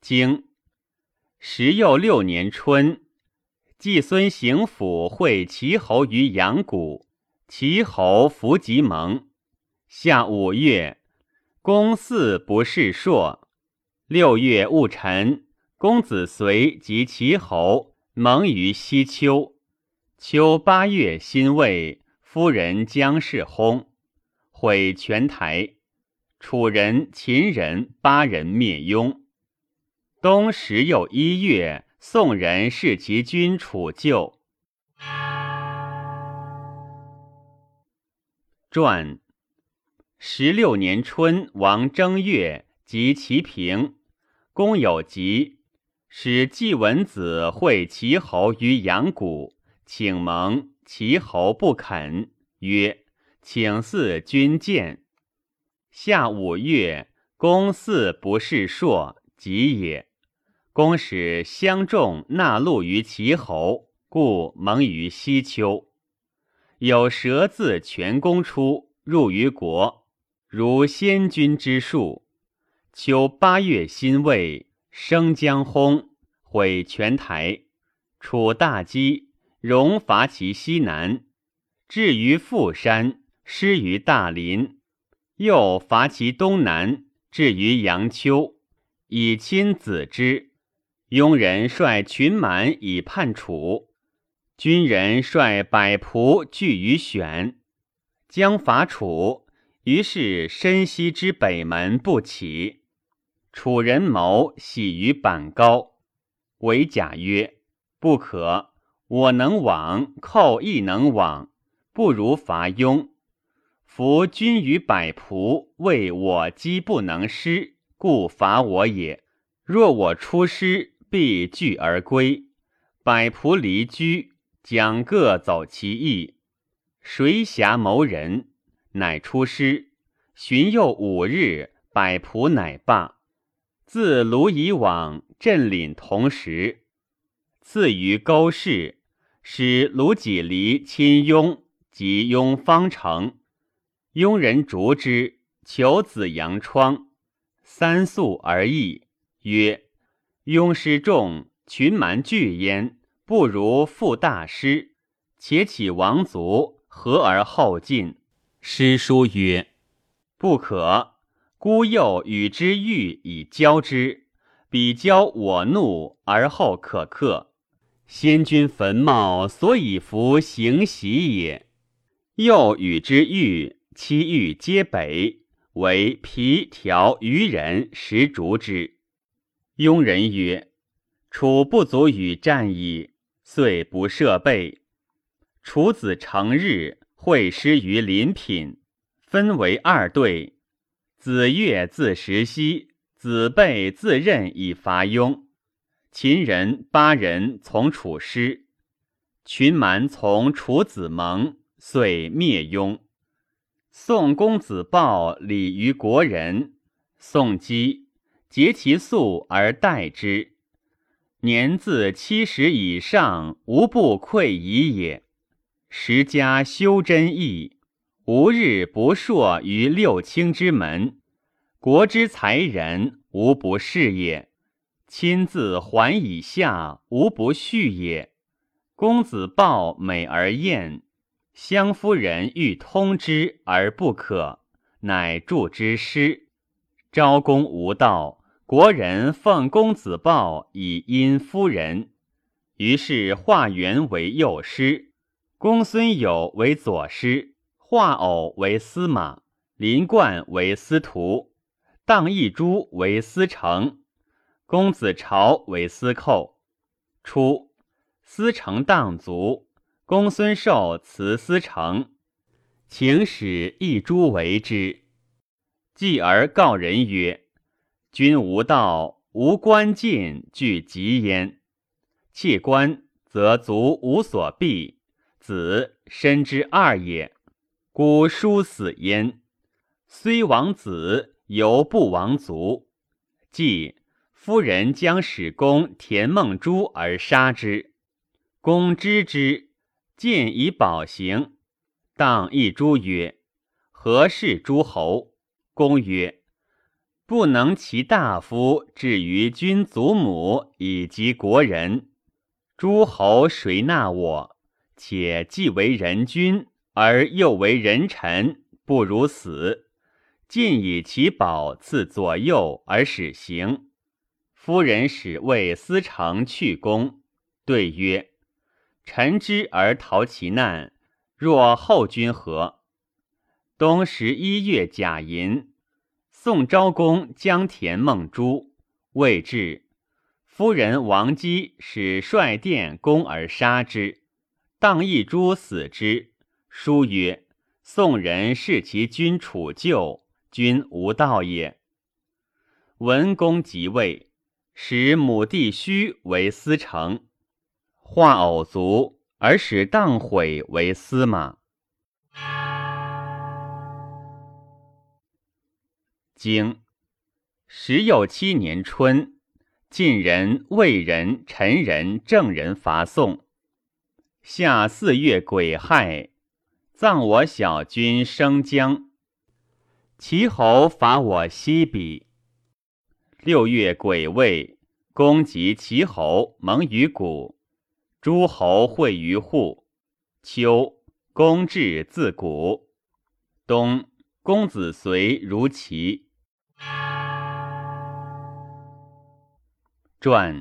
经时又6年春，季孙行府会齐侯于阳谷，齐侯弗及盟。夏5月，公嗣不仕朔。6月戊辰，公子随及齐侯盟于西丘。秋8月辛未，夫人姜氏薨，毁全台。楚人、秦人8人灭雍。冬10又1月，宋人弑其君楚旧。传16年春，王正月，即齐平。公有疾，使季文子会齐侯于阳谷，请盟。齐侯不肯，曰：请嗣君见。夏5月，公嗣不仕朔，吉也。公使相仲纳禄于齐侯，故盟于西丘。有蛇自全公出，入于国，如先君之术。秋8月辛未，生姜薨，毁全台。楚大饥，戎伐其西南，至于富山，失于大林。又伐其东南，至于阳丘，以亲子之。雍人率群蛮以叛楚，军人率百仆拒于选。将伐楚，于是深西之北门不起。楚人谋喜于板高，为甲曰：不可，我能往，寇亦能往，不如伐雍。夫君于百仆，为我击不能失，故伐我也。若我出师，必拒而归。百仆离居，将各走其意。谁暇谋人？乃出师。旬又5日，百仆乃罢。自卢以往，镇领同时。次于勾氏，使卢己离亲雍，及雍方城。雍人逐之，求子阳疮，3宿而缢，曰：雍师众，群蛮惧焉，不如负大师。且起王族，和而后进。诗书曰：不可，孤幼与之欲以交之，彼交我怒而后可克。先君坟茂，所以服行喜也。幼与之欲，其欲皆北，为皮条渔人食逐之。雍人曰：楚不足与战矣，遂不设备。楚子成日，会师于临品，分为2队。子越自石溪，子备自任以伐雍。秦人8人从楚师，群蛮从楚子盟，遂灭雍。宋公子豹礼于国人，宋姬竭其粟而待之。年自70以上，无不愧夷也。时家修真义，无日不朔于六卿之门。国之才人，无不是也。亲自还以下，无不恤也。公子豹美而艳，襄夫人欲通之而不可，乃著之诗。昭公无道，国人奉公子豹以因夫人。于是华元为右师，公孙友为左师，华偶为司马，林冠为司徒，荡益珠为司成，公子朝为司寇。初，司成荡卒，公孙寿辞司成，请使益珠为之。继而告人曰：君无道，无官进，具疾焉。弃官，则卒无所避，子身之2也，孤殊死焉。虽亡子，犹不亡族。既夫人将使公田孟珠而杀之，公知之，见以保刑。荡益珠曰：何事诸侯？公曰： 不能其大夫至于君祖母以及国人，诸侯谁纳我？且既为人君，而又为人臣，不如死。尽以其宝赐左右而使行。夫人使谓司成去宫，对曰：臣之而逃其难，若后君何？冬11月甲寅，宋昭公将田孟珠，未至，夫人王姬使率殿攻而杀之，荡一珠死之。书曰：宋人视其君处救，君无道也。文公即位，使母弟须为司成，化偶族，而使荡悔为司马。经时有7年春，晋人、魏人、陈人、郑人伐宋。夏4月癸亥，葬我小君生姜。齐侯伐我西鄙。6月癸未，公及齐侯盟于谷，诸侯会于户。秋，公至自谷。冬，公子随如齐。传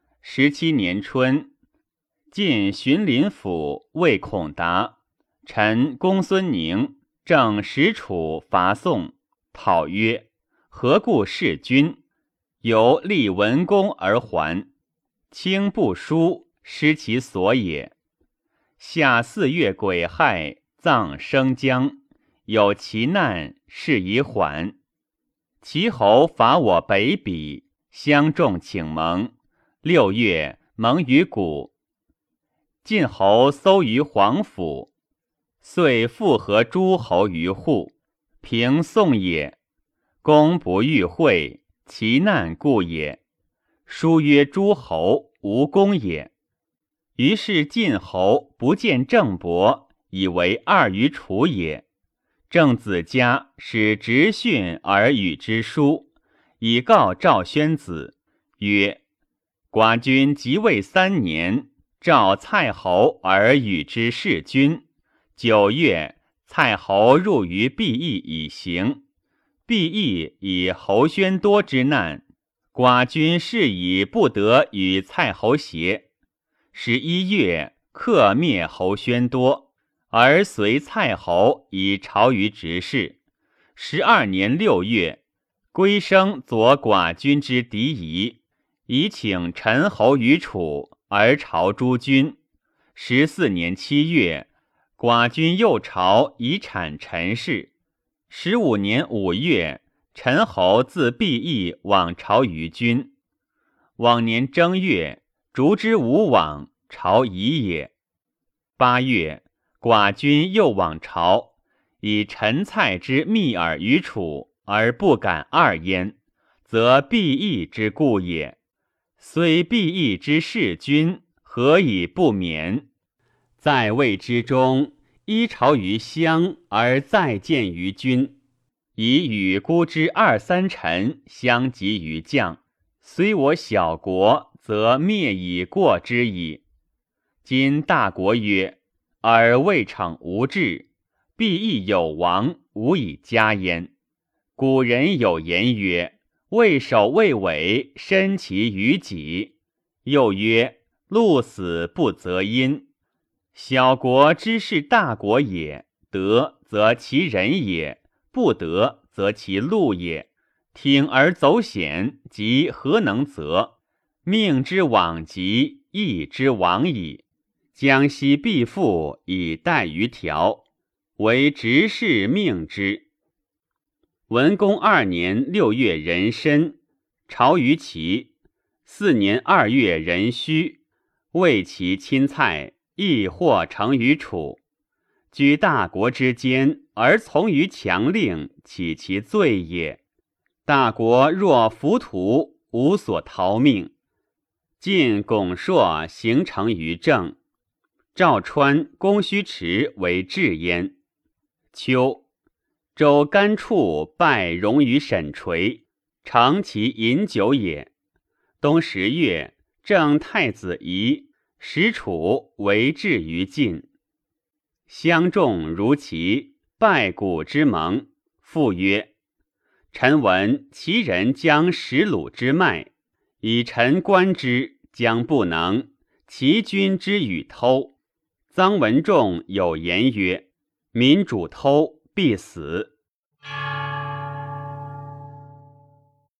17年春，晋荀林府魏孔达、陈公孙宁、郑石楚伐宋，讨曰：何故弑君？由立文公而还。卿不书，失其所也。夏4月癸亥，葬生姜，有其难，是以缓。齐侯伐我北鄙，相众请盟。6月，盟于谷。晋侯搜于黄府，遂复合诸侯于户，平宋也。公不欲会，其难故也。书曰诸侯，无功也。于是晋侯不见郑伯，以为2于楚也。郑子嘉使直训而与之书，以告赵宣子，曰：寡君即位3年，召蔡侯而与之弑君。9月，蔡侯入于毕邑以行。毕邑以侯宣多之难，寡君是以不得与蔡侯协。11月，克灭侯宣多，而随蔡侯以朝于执事。12年6月，归生左寡君之敌夷，以请陈侯于楚，而朝诸君。14年7月，寡君又朝以产陈氏。15年5月，陈侯自毕邑往朝于君。往年正月，烛之无往，朝夷也。8月，寡君又往朝，以陈蔡之密耳于楚，而不敢2焉，则毕邑之故也。虽毕邑之弑君，何以不免？在位之中，依朝于乡，而再见于君，以与孤之2、3臣相及于将。虽我小国，则灭以过之矣。今大国曰：而未逞无志，必亦有亡，无以加焉。古人有言曰：畏首畏尾，身其于己。又曰：鹿死不择因。小国之是大国也，得则其人也，不得则其路也。铤而走险，即何能则？命之往极，义之往矣。将息必复，以待于条，为执事命之。文公2年6月壬申，朝于齐。4年2月壬戌，魏齐侵蔡，亦或成于楚。居大国之间，而从于强令，岂其罪也？大国若浮屠，无所逃命。晋巩硕行成于郑，赵川、公须迟为质焉。秋，周干处败戎于沈垂， 常其饮酒也。冬10月，正太子仪，使楚为至于晋。相众如齐，拜古之盟。复曰：臣闻其人将食鲁之脉，以臣观之，将不能。其君之与偷。臧文仲有言曰：民主偷，必死。